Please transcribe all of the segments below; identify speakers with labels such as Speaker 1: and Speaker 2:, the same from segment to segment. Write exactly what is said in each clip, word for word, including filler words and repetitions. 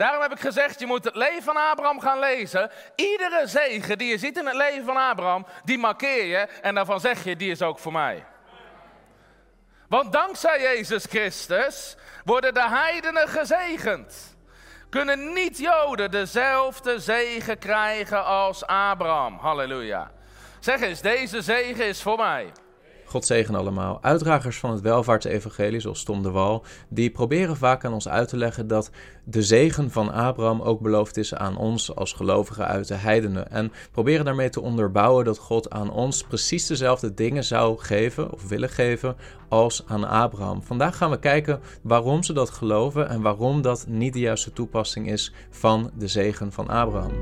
Speaker 1: Daarom heb ik gezegd, je moet het leven van Abraham gaan lezen. Iedere zegen die je ziet in het leven van Abraham, die markeer je en daarvan zeg je, die is ook voor mij. Want dankzij Jezus Christus worden de heidenen gezegend. Kunnen niet-Joden dezelfde zegen krijgen als Abraham. Halleluja. Zeg eens, deze zegen is voor mij.
Speaker 2: God zegen allemaal. Uitdragers van het welvaartsevangelie, zoals Tom de Wal, die proberen vaak aan ons uit te leggen dat de zegen van Abraham ook beloofd is aan ons als gelovigen uit de heidenen. En proberen daarmee te onderbouwen dat God aan ons precies dezelfde dingen zou geven of willen geven als aan Abraham. Vandaag gaan we kijken waarom ze dat geloven en waarom dat niet de juiste toepassing is van de zegen van Abraham.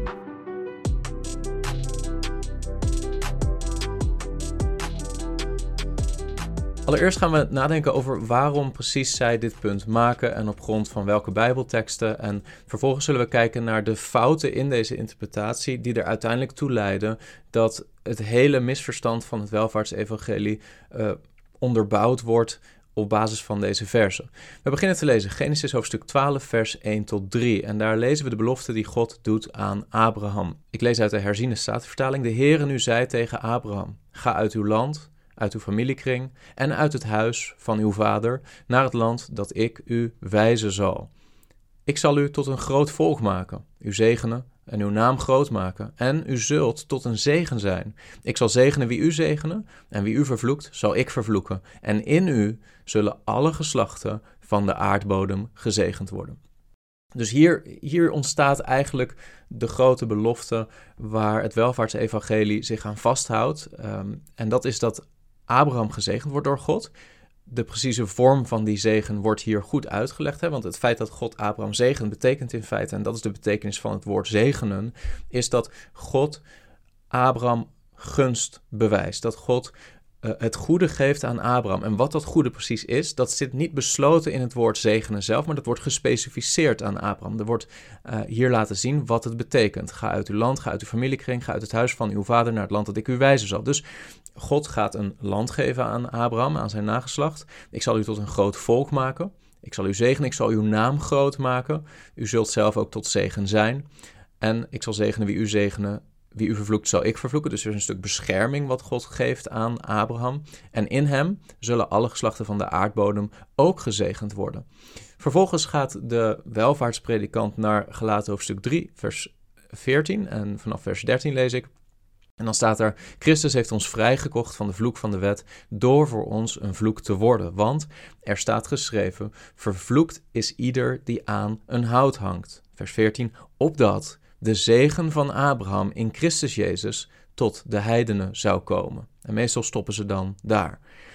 Speaker 2: Allereerst gaan we nadenken over waarom precies zij dit punt maken en op grond van welke bijbelteksten. En vervolgens zullen we kijken naar de fouten in deze interpretatie die er uiteindelijk toe leiden dat het hele misverstand van het welvaartsevangelie uh, onderbouwd wordt op basis van deze versen. We beginnen te lezen Genesis hoofdstuk twaalf vers één tot drie en daar lezen we de belofte die God doet aan Abraham. Ik lees uit de herziene statenvertaling. De Heere nu zei tegen Abraham, ga uit uw land, uit uw familiekring en uit het huis van uw vader naar het land dat ik u wijzen zal. Ik zal u tot een groot volk maken, u zegenen en uw naam groot maken en u zult tot een zegen zijn. Ik zal zegenen wie u zegenen en wie u vervloekt zal ik vervloeken en in u zullen alle geslachten van de aardbodem gezegend worden. Dus hier, hier ontstaat eigenlijk de grote belofte waar het welvaartsevangelie zich aan vasthoudt. Um, en dat is dat Abraham gezegend wordt door God. De precieze vorm van die zegen wordt hier goed uitgelegd. Hè? Want het feit dat God Abraham zegent betekent in feite, en dat is de betekenis van het woord zegenen, is dat God Abraham gunst bewijst. Dat God uh, het goede geeft aan Abraham. En wat dat goede precies is, dat zit niet besloten in het woord zegenen zelf, maar dat wordt gespecificeerd aan Abraham. Er wordt uh, hier laten zien wat het betekent. Ga uit uw land, ga uit uw familiekring, ga uit het huis van uw vader naar het land dat ik u wijzen zal. Dus God gaat een land geven aan Abraham, aan zijn nageslacht. Ik zal u tot een groot volk maken. Ik zal u zegenen, ik zal uw naam groot maken. U zult zelf ook tot zegen zijn. En ik zal zegenen wie u zegenen, wie u vervloekt zal ik vervloeken. Dus er is een stuk bescherming wat God geeft aan Abraham. En in hem zullen alle geslachten van de aardbodem ook gezegend worden. Vervolgens gaat de welvaartspredikant naar Galaten hoofdstuk drie, vers veertien. En vanaf vers dertien lees ik. En dan staat er, Christus heeft ons vrijgekocht van de vloek van de wet door voor ons een vloek te worden. Want er staat geschreven, vervloekt is ieder die aan een hout hangt. Vers veertien, opdat de zegen van Abraham in Christus Jezus tot de heidenen zou komen. En meestal stoppen ze dan daar.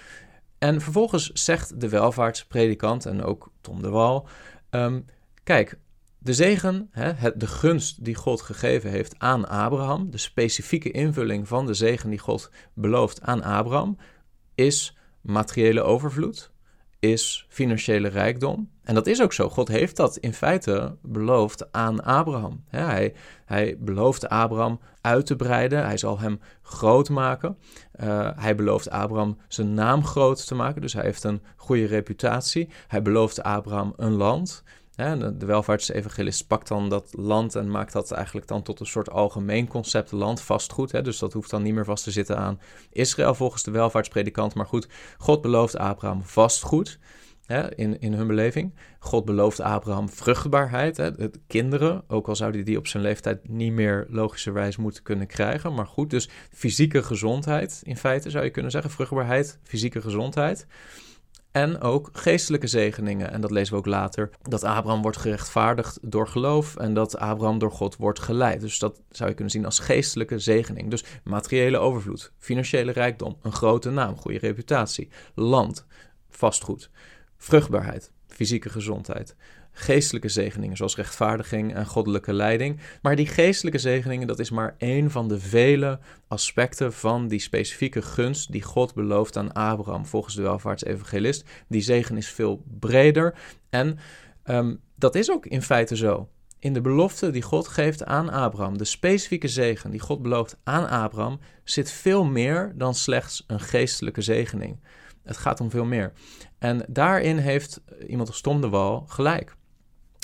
Speaker 2: En vervolgens zegt de welvaartspredikant en ook Tom de Wal, um, kijk, de zegen, de gunst die God gegeven heeft aan Abraham, de specifieke invulling van de zegen die God belooft aan Abraham, is materiële overvloed, is financiële rijkdom. En dat is ook zo. God heeft dat in feite beloofd aan Abraham. Hij, hij belooft Abraham uit te breiden. Hij zal hem groot maken. Uh, hij belooft Abraham zijn naam groot te maken. Dus hij heeft een goede reputatie. Hij belooft Abraham een land. De welvaartsevangelist pakt dan dat land en maakt dat eigenlijk dan tot een soort algemeen concept land, vastgoed. Hè? Dus dat hoeft dan niet meer vast te zitten aan Israël volgens de welvaartspredikant. Maar goed, God belooft Abraham vastgoed hè, in, in hun beleving. God belooft Abraham vruchtbaarheid, hè, kinderen, ook al zou hij die op zijn leeftijd niet meer logischerwijs moeten kunnen krijgen. Maar goed, dus fysieke gezondheid in feite zou je kunnen zeggen. Vruchtbaarheid, fysieke gezondheid. En ook geestelijke zegeningen. En dat lezen we ook later. Dat Abraham wordt gerechtvaardigd door geloof. En dat Abraham door God wordt geleid. Dus dat zou je kunnen zien als geestelijke zegening. Dus materiële overvloed, financiële rijkdom, een grote naam, goede reputatie, land, vastgoed, vruchtbaarheid, fysieke gezondheid. Geestelijke zegeningen zoals rechtvaardiging en goddelijke leiding. Maar die geestelijke zegeningen, dat is maar één van de vele aspecten van die specifieke gunst die God belooft aan Abraham volgens de welvaartsevangelist. Die zegen is veel breder en um, dat is ook in feite zo. In de belofte die God geeft aan Abraham, de specifieke zegen die God belooft aan Abraham, zit veel meer dan slechts een geestelijke zegening. Het gaat om veel meer. En daarin heeft iemand als Tom de Wal gelijk.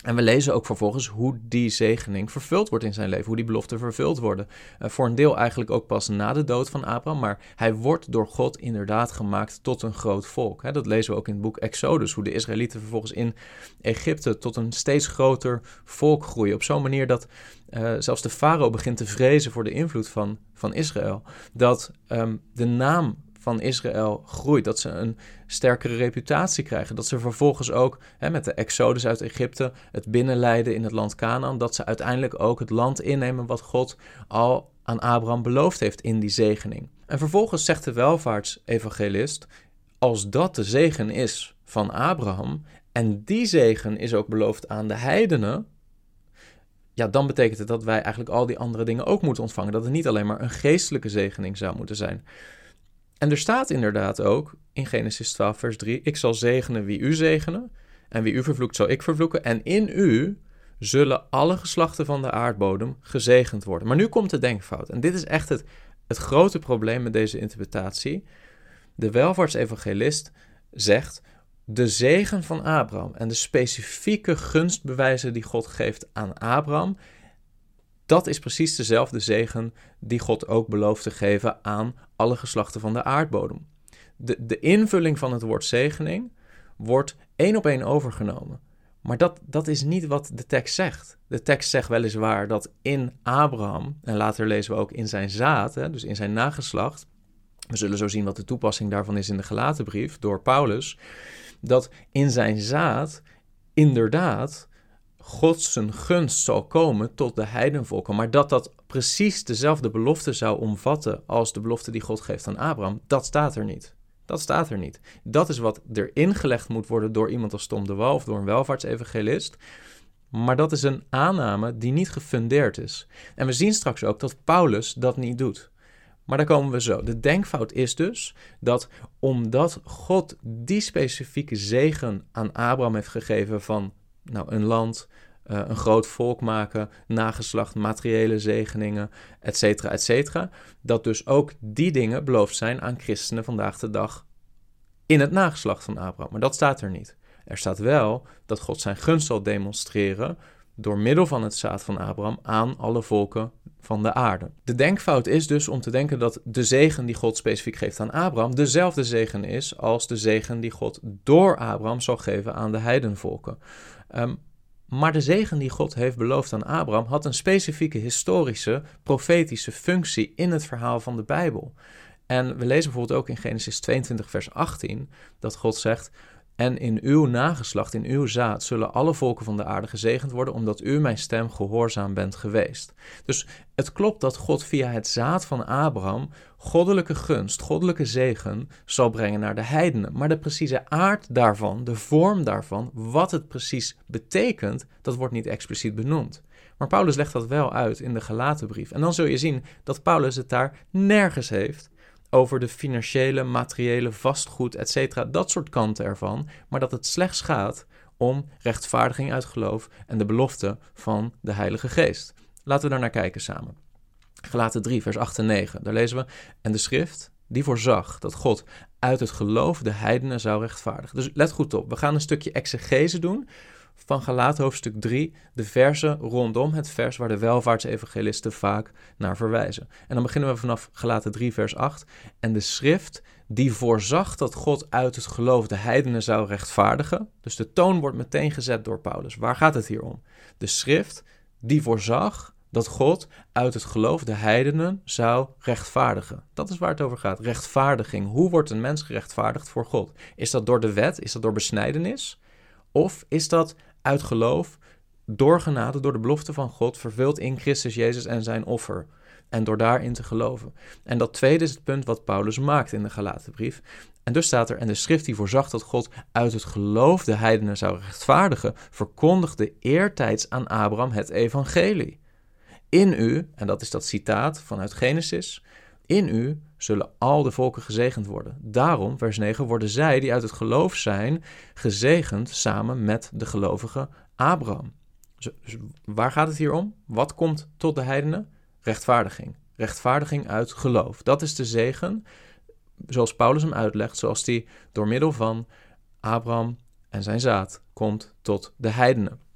Speaker 2: En we lezen ook vervolgens hoe die zegening vervuld wordt in zijn leven, hoe die beloften vervuld worden. Uh, voor een deel eigenlijk ook pas na de dood van Abraham, maar hij wordt door God inderdaad gemaakt tot een groot volk. Hè, dat lezen we ook in het boek Exodus, hoe de Israëlieten vervolgens in Egypte tot een steeds groter volk groeien. Op zo'n manier dat uh, zelfs de farao begint te vrezen voor de invloed van, van Israël. Dat um, de naam van Israël groeit, dat ze een sterkere reputatie krijgen, dat ze vervolgens ook hè, met de Exodus uit Egypte het binnenleiden in het land Kanaan, dat ze uiteindelijk ook het land innemen wat God al aan Abraham beloofd heeft in die zegening. En vervolgens zegt de welvaartsevangelist, als dat de zegen is van Abraham en die zegen is ook beloofd aan de heidenen, ja, dan betekent het dat wij eigenlijk al die andere dingen ook moeten ontvangen, dat het niet alleen maar een geestelijke zegening zou moeten zijn. En er staat inderdaad ook in Genesis twaalf vers drie, ik zal zegenen wie u zegenen en wie u vervloekt zal ik vervloeken en in u zullen alle geslachten van de aardbodem gezegend worden. Maar nu komt de denkfout en dit is echt het, het grote probleem met deze interpretatie. De welvaartsevangelist zegt, de zegen van Abraham en de specifieke gunstbewijzen die God geeft aan Abraham, dat is precies dezelfde zegen die God ook belooft te geven aan alle geslachten van de aardbodem. De, de invulling van het woord zegening wordt één op één overgenomen. Maar dat, dat is niet wat de tekst zegt. De tekst zegt weliswaar dat in Abraham, en later lezen we ook in zijn zaad, hè, dus in zijn nageslacht, we zullen zo zien wat de toepassing daarvan is in de Galatenbrief door Paulus, dat in zijn zaad inderdaad God zijn gunst zal komen tot de heidenvolken, maar dat dat precies dezelfde belofte zou omvatten als de belofte die God geeft aan Abraham, dat staat er niet. Dat staat er niet. Dat is wat erin gelegd moet worden door iemand als Tom de Wal of door een welvaartsevangelist, maar dat is een aanname die niet gefundeerd is. En we zien straks ook dat Paulus dat niet doet. Maar daar komen we zo. De denkfout is dus dat omdat God die specifieke zegen aan Abraham heeft gegeven van nou, een land, uh, een groot volk maken, nageslacht, materiële zegeningen, et cetera, et cetera, dat dus ook die dingen beloofd zijn aan christenen vandaag de dag in het nageslacht van Abraham. Maar dat staat er niet. Er staat wel dat God zijn gunst zal demonstreren door middel van het zaad van Abraham aan alle volken van de aarde. De denkfout is dus om te denken dat de zegen die God specifiek geeft aan Abraham dezelfde zegen is als de zegen die God door Abraham zal geven aan de heidenvolken. Um, maar de zegen die God heeft beloofd aan Abraham had een specifieke historische, profetische functie in het verhaal van de Bijbel. En we lezen bijvoorbeeld ook in Genesis tweeëntwintig vers achttien dat God zegt, en in uw nageslacht, in uw zaad, zullen alle volken van de aarde gezegend worden, omdat u mijn stem gehoorzaam bent geweest. Dus het klopt dat God via het zaad van Abraham goddelijke gunst, goddelijke zegen zal brengen naar de heidenen. Maar de precieze aard daarvan, de vorm daarvan, wat het precies betekent, dat wordt niet expliciet benoemd. Maar Paulus legt dat wel uit in de Galatenbrief. En dan zul je zien dat Paulus het daar nergens heeft over de financiële, materiële, vastgoed, et cetera, dat soort kanten ervan, maar dat het slechts gaat om rechtvaardiging uit geloof en de belofte van de Heilige Geest. Laten we daar naar kijken samen. Galaten drie, vers acht en negen, daar lezen we, en de schrift die voorzag dat God uit het geloof de heidenen zou rechtvaardigen. Dus let goed op, we gaan een stukje exegese doen van Galaten hoofdstuk drie, de versen rondom het vers waar de welvaartsevangelisten vaak naar verwijzen. En dan beginnen we vanaf Galaten drie, vers acht. En de schrift die voorzag dat God uit het geloof de heidenen zou rechtvaardigen. Dus de toon wordt meteen gezet door Paulus. Waar gaat het hier om? De schrift die voorzag dat God uit het geloof de heidenen zou rechtvaardigen. Dat is waar het over gaat. Rechtvaardiging. Hoe wordt een mens gerechtvaardigd voor God? Is dat door de wet? Is dat door besnijdenis? Of is dat uit geloof, door genade, door de belofte van God, vervuld in Christus Jezus en zijn offer? En door daarin te geloven. En dat tweede is het punt wat Paulus maakt in de Galatenbrief. En dus staat er, en de schrift die voorzag dat God uit het geloof de heidenen zou rechtvaardigen, verkondigde eertijds aan Abraham het evangelie. In u, en dat is dat citaat vanuit Genesis, in u zullen al de volken gezegend worden. Daarom, vers negen, worden zij die uit het geloof zijn, gezegend samen met de gelovige Abraham. Dus, dus waar gaat het hier om? Wat komt tot de heidenen? Rechtvaardiging. Rechtvaardiging uit geloof. Dat is de zegen, zoals Paulus hem uitlegt, zoals die door middel van Abraham en zijn zaad komt tot de heidenen.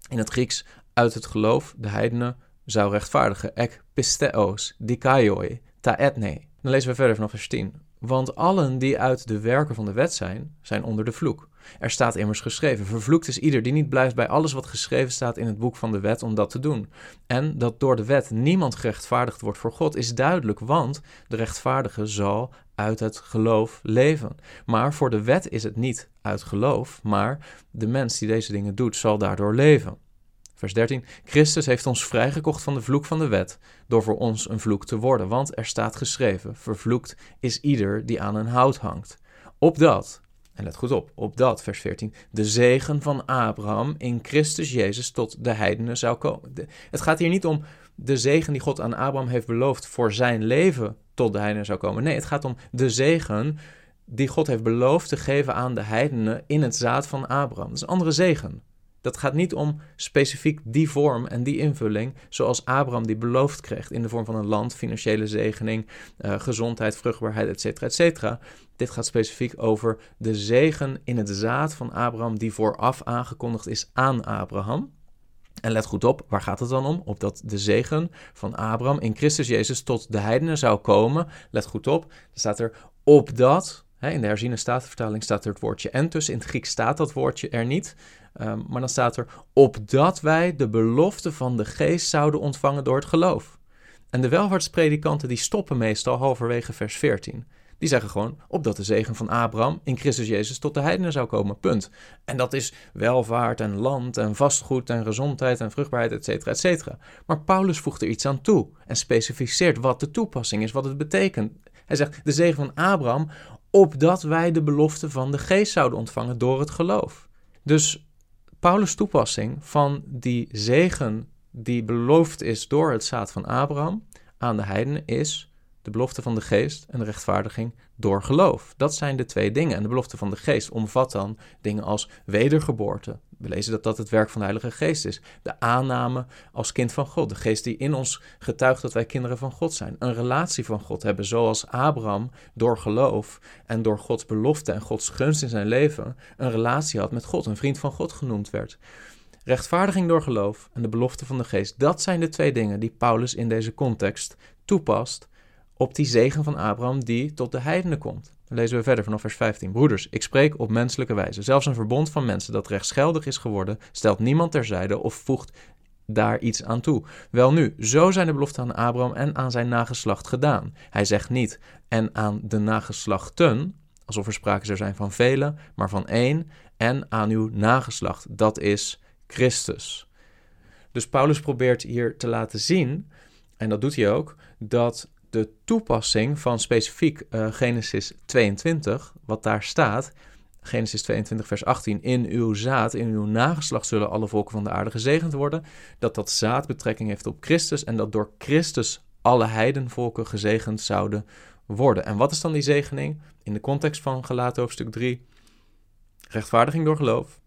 Speaker 2: In het Grieks uit het geloof de heidenen zou rechtvaardigen. Ek pisteos, dikaioi, ta etne. Dan lezen we verder vanaf vers tien. Want allen die uit de werken van de wet zijn, zijn onder de vloek. Er staat immers geschreven, vervloekt is ieder die niet blijft bij alles wat geschreven staat in het boek van de wet om dat te doen. En dat door de wet niemand gerechtvaardigd wordt voor God is duidelijk, want de rechtvaardige zal uit het geloof leven. Maar voor de wet is het niet uit geloof, maar de mens die deze dingen doet zal daardoor leven. Vers dertien. Christus heeft ons vrijgekocht van de vloek van de wet, door voor ons een vloek te worden. Want er staat geschreven, vervloekt is ieder die aan een hout hangt. Opdat, en let goed op, opdat, vers veertien, de zegen van Abraham in Christus Jezus tot de heidenen zou komen. De, het gaat hier niet om de zegen die God aan Abraham heeft beloofd voor zijn leven tot de heidenen zou komen. Nee, het gaat om de zegen die God heeft beloofd te geven aan de heidenen in het zaad van Abraham. Dat is een andere zegen. Dat gaat niet om specifiek die vorm en die invulling zoals Abraham die beloofd kreeg in de vorm van een land, financiële zegening, uh, gezondheid, vruchtbaarheid, et cetera, et cetera. Dit gaat specifiek over de zegen in het zaad van Abraham die vooraf aangekondigd is aan Abraham. En let goed op, waar gaat het dan om? Opdat de zegen van Abraham in Christus Jezus tot de heidenen zou komen. Let goed op, er staat er opdat. In de herziene statenvertaling staat er het woordje en tussen. In het Grieks staat dat woordje er niet. Um, maar dan staat er, opdat wij de belofte van de geest zouden ontvangen door het geloof. En de welvaartspredikanten die stoppen meestal halverwege vers veertien. Die zeggen gewoon, opdat de zegen van Abraham in Christus Jezus tot de heidenen zou komen, punt. En dat is welvaart en land en vastgoed en gezondheid en vruchtbaarheid, et cetera, et cetera. Maar Paulus voegt er iets aan toe en specificeert wat de toepassing is, wat het betekent. Hij zegt, de zegen van Abraham, opdat wij de belofte van de geest zouden ontvangen door het geloof. Dus Paulus' toepassing van die zegen die beloofd is door het zaad van Abraham aan de heidenen is de belofte van de geest en de rechtvaardiging door geloof. Dat zijn de twee dingen. En de belofte van de geest omvat dan dingen als wedergeboorte. We lezen dat dat het werk van de Heilige Geest is. De aanname als kind van God. De geest die in ons getuigt dat wij kinderen van God zijn. Een relatie van God hebben zoals Abraham door geloof en door Gods belofte en Gods gunst in zijn leven een relatie had met God. Een vriend van God genoemd werd. Rechtvaardiging door geloof en de belofte van de geest. Dat zijn de twee dingen die Paulus in deze context toepast op die zegen van Abraham die tot de heidenen komt. Dan lezen we verder vanaf vers vijftien. Broeders, ik spreek op menselijke wijze. Zelfs een verbond van mensen dat rechtsgeldig is geworden, stelt niemand terzijde of voegt daar iets aan toe. Welnu, zo zijn de beloften aan Abraham en aan zijn nageslacht gedaan. Hij zegt niet, en aan de nageslachten, alsof er sprake zou zijn van velen, maar van één, en aan uw nageslacht. Dat is Christus. Dus Paulus probeert hier te laten zien, en dat doet hij ook, dat de toepassing van specifiek uh, Genesis tweeëntwintig, wat daar staat, Genesis tweeëntwintig vers achttien, in uw zaad, in uw nageslacht zullen alle volken van de aarde gezegend worden, dat dat zaad betrekking heeft op Christus en dat door Christus alle heidenvolken gezegend zouden worden. En wat is dan die zegening? In de context van Galaten hoofdstuk drie, rechtvaardiging door geloof,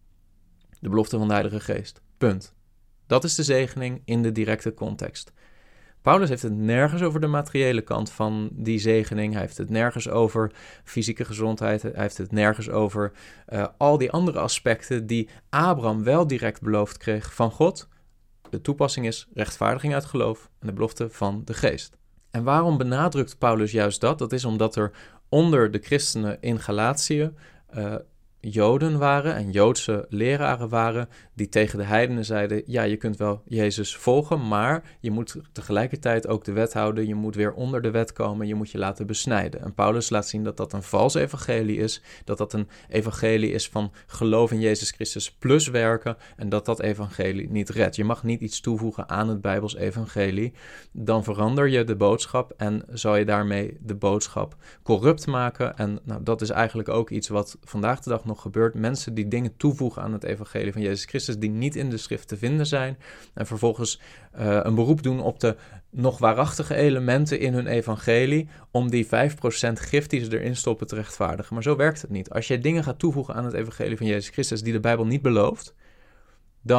Speaker 2: de belofte van de Heilige Geest. Punt. Dat is de zegening in de directe context. Paulus heeft het nergens over de materiële kant van die zegening. Hij heeft het nergens over fysieke gezondheid. Hij heeft het nergens over uh, al die andere aspecten die Abraham wel direct beloofd kreeg van God. De toepassing is rechtvaardiging uit geloof en de belofte van de geest. En waarom benadrukt Paulus juist dat? Dat is omdat er onder de christenen in Galatië uh, Joden waren en Joodse leraren waren die tegen de heidenen zeiden, ja, je kunt wel Jezus volgen, maar je moet tegelijkertijd ook de wet houden, je moet weer onder de wet komen, je moet je laten besnijden. En Paulus laat zien dat dat een vals evangelie is, dat dat een evangelie is van geloof in Jezus Christus plus werken en dat dat evangelie niet redt. Je mag niet iets toevoegen aan het Bijbels evangelie, dan verander je de boodschap en zal je daarmee de boodschap corrupt maken. En nou, dat is eigenlijk ook iets wat vandaag de dag nog gebeurt. Mensen die dingen toevoegen aan het evangelie van Jezus Christus die niet in de schrift te vinden zijn en vervolgens uh, een beroep doen op de nog waarachtige elementen in hun evangelie om die vijf procent gif die ze erin stoppen te rechtvaardigen. Maar zo werkt het niet. Als jij dingen gaat toevoegen aan het evangelie van Jezus Christus die de Bijbel niet belooft, dan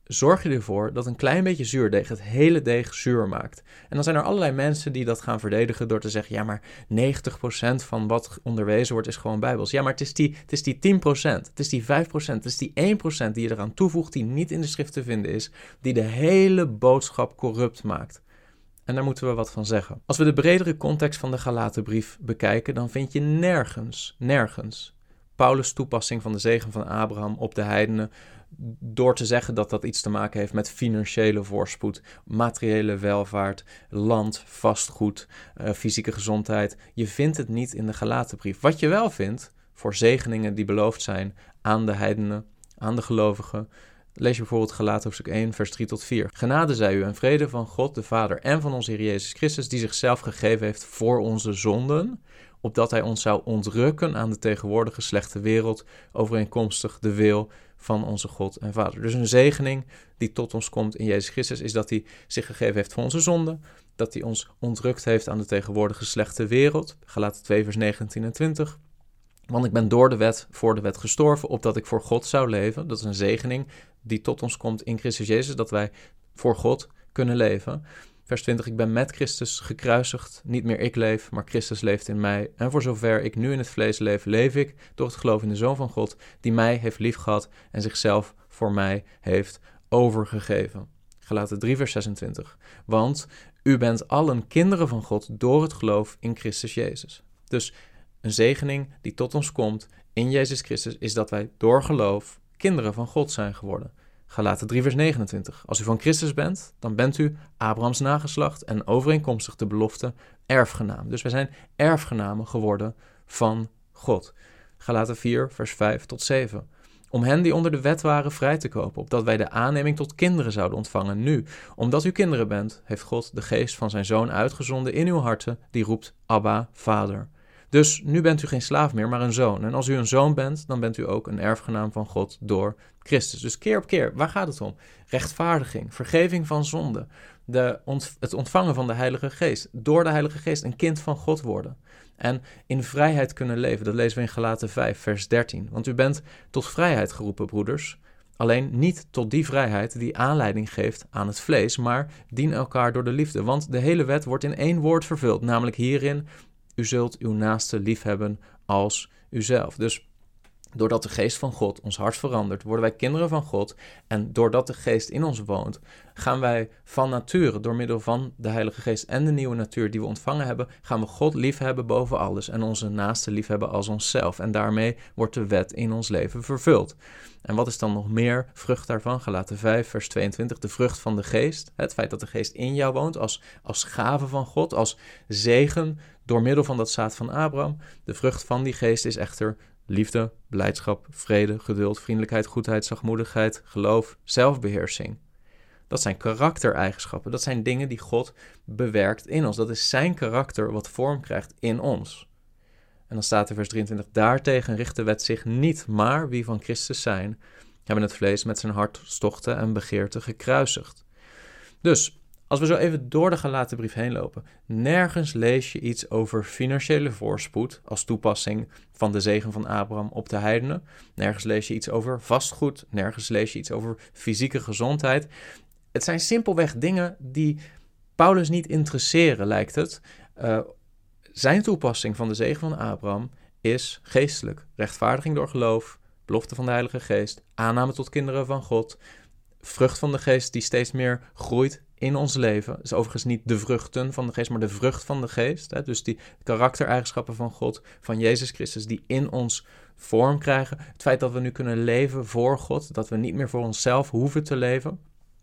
Speaker 2: zorg je ervoor dat een klein beetje zuurdeeg het hele deeg zuur maakt. En dan zijn er allerlei mensen die dat gaan verdedigen door te zeggen, ja, maar negentig procent van wat onderwezen wordt is gewoon bijbels. Ja, maar het is die, het is die tien procent, het is die vijf procent, het is die één procent die je eraan toevoegt die niet in de schrift te vinden is, die de hele boodschap corrupt maakt. En daar moeten we wat van zeggen. Als we de bredere context van de Galatenbrief bekijken, dan vind je nergens, nergens Paulus' toepassing van de zegen van Abraham op de heidenen door te zeggen dat dat iets te maken heeft met financiële voorspoed, materiële welvaart, land, vastgoed, uh, fysieke gezondheid. Je vindt het niet in de Galatenbrief. Wat je wel vindt voor zegeningen die beloofd zijn aan de heidenen, aan de gelovigen. Lees je bijvoorbeeld Galaten hoofdstuk één, vers drie tot vier. Genade zij u en vrede van God, de Vader en van onze Heer Jezus Christus, die zichzelf gegeven heeft voor onze zonden, opdat hij ons zou ontrukken aan de tegenwoordige slechte wereld, overeenkomstig de wil van onze God en Vader. Dus een zegening die tot ons komt in Jezus Christus is dat hij zich gegeven heeft voor onze zonden, dat hij ons ontrukt heeft aan de tegenwoordige slechte wereld. Galaten twee, vers negentien en twintig. Want ik ben door de wet, voor de wet gestorven, opdat ik voor God zou leven. Dat is een zegening die tot ons komt in Christus Jezus, dat wij voor God kunnen leven. Vers twintig, ik ben met Christus gekruisigd, niet meer ik leef, maar Christus leeft in mij. En voor zover ik nu in het vlees leef, leef ik door het geloof in de Zoon van God, die mij heeft liefgehad en zichzelf voor mij heeft overgegeven. Galaten drie, vers zesentwintig. Want u bent allen kinderen van God door het geloof in Christus Jezus. Dus een zegening die tot ons komt in Jezus Christus is dat wij door geloof kinderen van God zijn geworden. Galaten drie, vers negenentwintig. Als u van Christus bent, dan bent u Abrahams nageslacht en overeenkomstig de belofte erfgenaam. Dus wij zijn erfgenamen geworden van God. Galaten vier, vers vijf tot zeven. Om hen die onder de wet waren vrij te kopen, opdat wij de aanneming tot kinderen zouden ontvangen. Nu, omdat u kinderen bent, heeft God de geest van zijn Zoon uitgezonden in uw harten, die roept Abba, Vader. Dus nu bent u geen slaaf meer, maar een zoon. En als u een zoon bent, dan bent u ook een erfgenaam van God door Christus. Dus keer op keer, waar gaat het om? Rechtvaardiging, vergeving van zonde, de ont- het ontvangen van de Heilige Geest. Door de Heilige Geest een kind van God worden. En in vrijheid kunnen leven. Dat lezen we in Galaten vijf, vers dertien. Want u bent tot vrijheid geroepen, broeders. Alleen niet tot die vrijheid die aanleiding geeft aan het vlees, maar dien elkaar door de liefde. Want de hele wet wordt in één woord vervuld, namelijk hierin: u zult uw naaste liefhebben als uzelf. Dus doordat de geest van God ons hart verandert, worden wij kinderen van God. En doordat de geest in ons woont, gaan wij van nature, door middel van de Heilige Geest en de nieuwe natuur die we ontvangen hebben, gaan we God liefhebben boven alles en onze naaste liefhebben als onszelf. En daarmee wordt de wet in ons leven vervuld. En wat is dan nog meer vrucht daarvan? Galaten vijf, vers tweeëntwintig, de vrucht van de geest. Het feit dat de geest in jou woont als, als gave van God, als zegen door middel van dat zaad van Abraham. De vrucht van die geest is echter liefde, blijdschap, vrede, geduld, vriendelijkheid, goedheid, zachtmoedigheid, geloof, zelfbeheersing. Dat zijn karaktereigenschappen. Dat zijn dingen die God bewerkt in ons. Dat is zijn karakter wat vorm krijgt in ons. En dan staat er vers drieëntwintig, daartegen richt de wet zich niet, maar wie van Christus zijn, hebben het vlees met zijn hartstochten en begeerten gekruisigd. Dus, als we zo even door de Galatenbrief heen lopen, nergens lees je iets over financiële voorspoed als toepassing van de zegen van Abraham op de heidenen. Nergens lees je iets over vastgoed, nergens lees je iets over fysieke gezondheid. Het zijn simpelweg dingen die Paulus niet interesseren, lijkt het. Uh, zijn toepassing van de zegen van Abraham is geestelijk. Rechtvaardiging door geloof, belofte van de Heilige Geest, aanname tot kinderen van God, vrucht van de Geest die steeds meer groeit in ons leven. Het is overigens niet de vruchten van de Geest, maar de vrucht van de Geest. Hè? Dus die karaktereigenschappen van God, van Jezus Christus, die in ons vorm krijgen. Het feit dat we nu kunnen leven voor God, dat we niet meer voor onszelf hoeven te leven.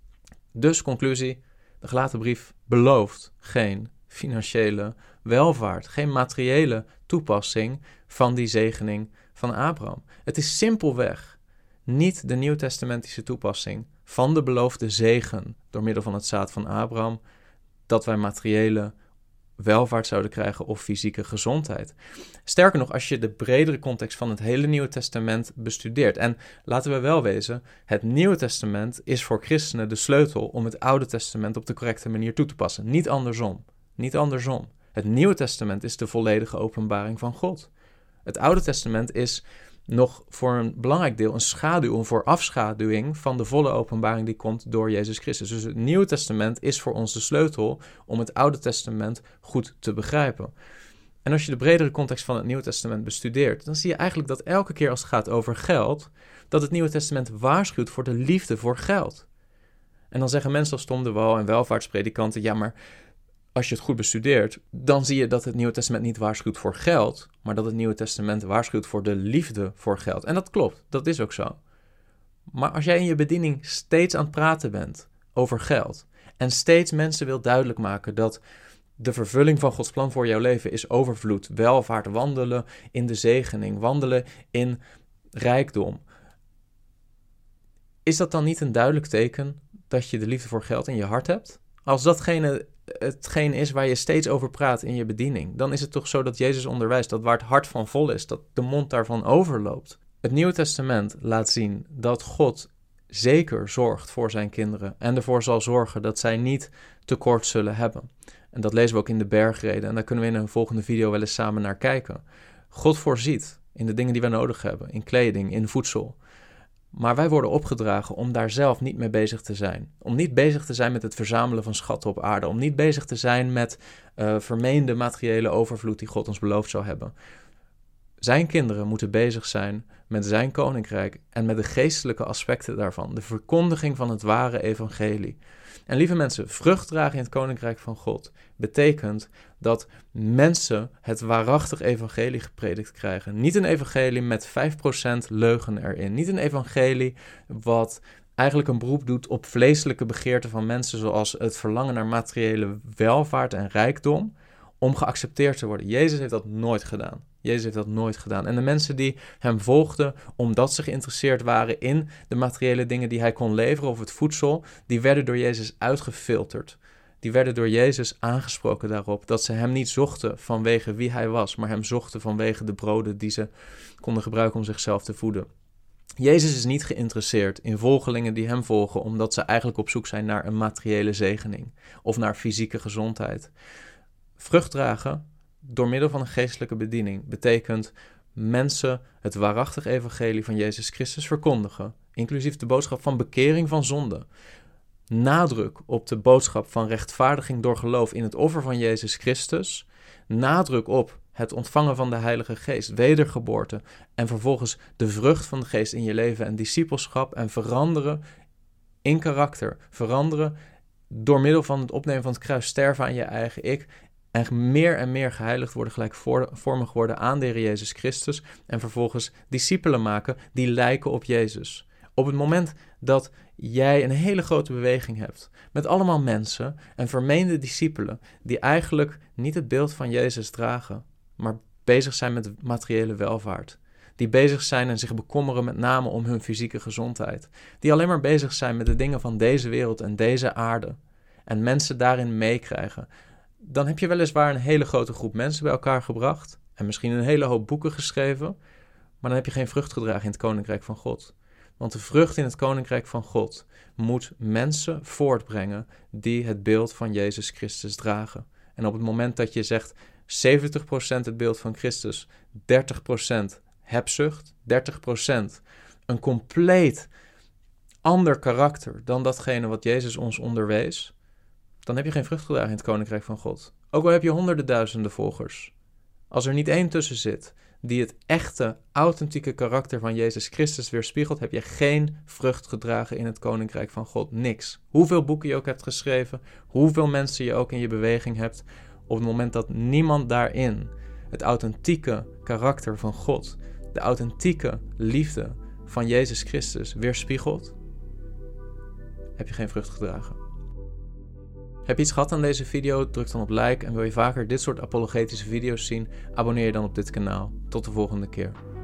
Speaker 2: Dus, conclusie, de Galatenbrief belooft geen financiële welvaart, geen materiële toepassing van die zegening van Abraham. Het is simpelweg niet de nieuwtestamentische toepassing van de beloofde zegen door middel van het zaad van Abraham, dat wij materiële welvaart zouden krijgen of fysieke gezondheid. Sterker nog, als je de bredere context van het hele Nieuwe Testament bestudeert, en laten we wel wezen, het Nieuwe Testament is voor christenen de sleutel om het Oude Testament op de correcte manier toe te passen. Niet andersom. Niet andersom. Het Nieuwe Testament is de volledige openbaring van God. Het Oude Testament is nog voor een belangrijk deel een schaduw, een voorafschaduwing van de volle openbaring die komt door Jezus Christus. Dus het Nieuwe Testament is voor ons de sleutel om het Oude Testament goed te begrijpen. En als je de bredere context van het Nieuwe Testament bestudeert, dan zie je eigenlijk dat elke keer als het gaat over geld, dat het Nieuwe Testament waarschuwt voor de liefde voor geld. En dan zeggen mensen als Tom de Wal en welvaartspredikanten, ja, maar als je het goed bestudeert, dan zie je dat het Nieuwe Testament niet waarschuwt voor geld, maar dat het Nieuwe Testament waarschuwt voor de liefde voor geld. En dat klopt, dat is ook zo. Maar als jij in je bediening steeds aan het praten bent over geld en steeds mensen wilt duidelijk maken dat de vervulling van Gods plan voor jouw leven is overvloed, welvaart, wandelen in de zegening, wandelen in rijkdom, is dat dan niet een duidelijk teken dat je de liefde voor geld in je hart hebt? Als datgene hetgeen is waar je steeds over praat in je bediening, dan is het toch zo dat Jezus onderwijst dat waar het hart van vol is, dat de mond daarvan overloopt. Het Nieuwe Testament laat zien dat God zeker zorgt voor zijn kinderen en ervoor zal zorgen dat zij niet tekort zullen hebben. En dat lezen we ook in de bergreden en daar kunnen we in een volgende video wel eens samen naar kijken. God voorziet in de dingen die we nodig hebben, in kleding, in voedsel. Maar wij worden opgedragen om daar zelf niet mee bezig te zijn. Om niet bezig te zijn met het verzamelen van schatten op aarde. Om niet bezig te zijn met uh, vermeende materiële overvloed die God ons beloofd zou hebben. Zijn kinderen moeten bezig zijn met zijn koninkrijk en met de geestelijke aspecten daarvan. De verkondiging van het ware evangelie. En lieve mensen, vrucht dragen in het koninkrijk van God betekent dat mensen het waarachtig evangelie gepredikt krijgen. Niet een evangelie met vijf procent leugen erin. Niet een evangelie wat eigenlijk een beroep doet op vleeselijke begeerten van mensen, zoals het verlangen naar materiële welvaart en rijkdom, om geaccepteerd te worden. Jezus heeft dat nooit gedaan. Jezus heeft dat nooit gedaan. En de mensen die hem volgden, omdat ze geïnteresseerd waren in de materiële dingen die hij kon leveren of het voedsel, die werden door Jezus uitgefilterd. Die werden door Jezus aangesproken daarop dat ze hem niet zochten vanwege wie hij was, maar hem zochten vanwege de broden die ze konden gebruiken om zichzelf te voeden. Jezus is niet geïnteresseerd in volgelingen die hem volgen, omdat ze eigenlijk op zoek zijn naar een materiële zegening of naar fysieke gezondheid. Vrucht dragen door middel van een geestelijke bediening betekent mensen het waarachtig evangelie van Jezus Christus verkondigen, inclusief de boodschap van bekering van zonde. Nadruk op de boodschap van rechtvaardiging door geloof in het offer van Jezus Christus. Nadruk op het ontvangen van de Heilige Geest, wedergeboorte en vervolgens de vrucht van de Geest in je leven en discipelschap en veranderen in karakter. Veranderen door middel van het opnemen van het kruis, sterven aan je eigen ik en meer en meer geheiligd worden, gelijkvormig worden aan de Heer Jezus Christus en vervolgens discipelen maken die lijken op Jezus. Op het moment dat jij een hele grote beweging hebt met allemaal mensen en vermeende discipelen die eigenlijk niet het beeld van Jezus dragen, maar bezig zijn met materiële welvaart, die bezig zijn en zich bekommeren met name om hun fysieke gezondheid, die alleen maar bezig zijn met de dingen van deze wereld en deze aarde en mensen daarin meekrijgen, dan heb je weliswaar een hele grote groep mensen bij elkaar gebracht en misschien een hele hoop boeken geschreven, maar dan heb je geen vrucht gedragen in het Koninkrijk van God. Want de vrucht in het Koninkrijk van God moet mensen voortbrengen die het beeld van Jezus Christus dragen. En op het moment dat je zegt zeventig procent het beeld van Christus, dertig procent hebzucht, dertig procent een compleet ander karakter dan datgene wat Jezus ons onderwees, dan heb je geen vrucht gedragen in het Koninkrijk van God. Ook al heb je honderden duizenden volgers. Als er niet één tussen zit die het echte, authentieke karakter van Jezus Christus weerspiegelt, heb je geen vrucht gedragen in het Koninkrijk van God. Niks. Hoeveel boeken je ook hebt geschreven, hoeveel mensen je ook in je beweging hebt, op het moment dat niemand daarin het authentieke karakter van God, de authentieke liefde van Jezus Christus weerspiegelt, heb je geen vrucht gedragen. Heb je iets gehad aan deze video? Druk dan op like en wil je vaker dit soort apologetische video's zien? Abonneer je dan op dit kanaal. Tot de volgende keer.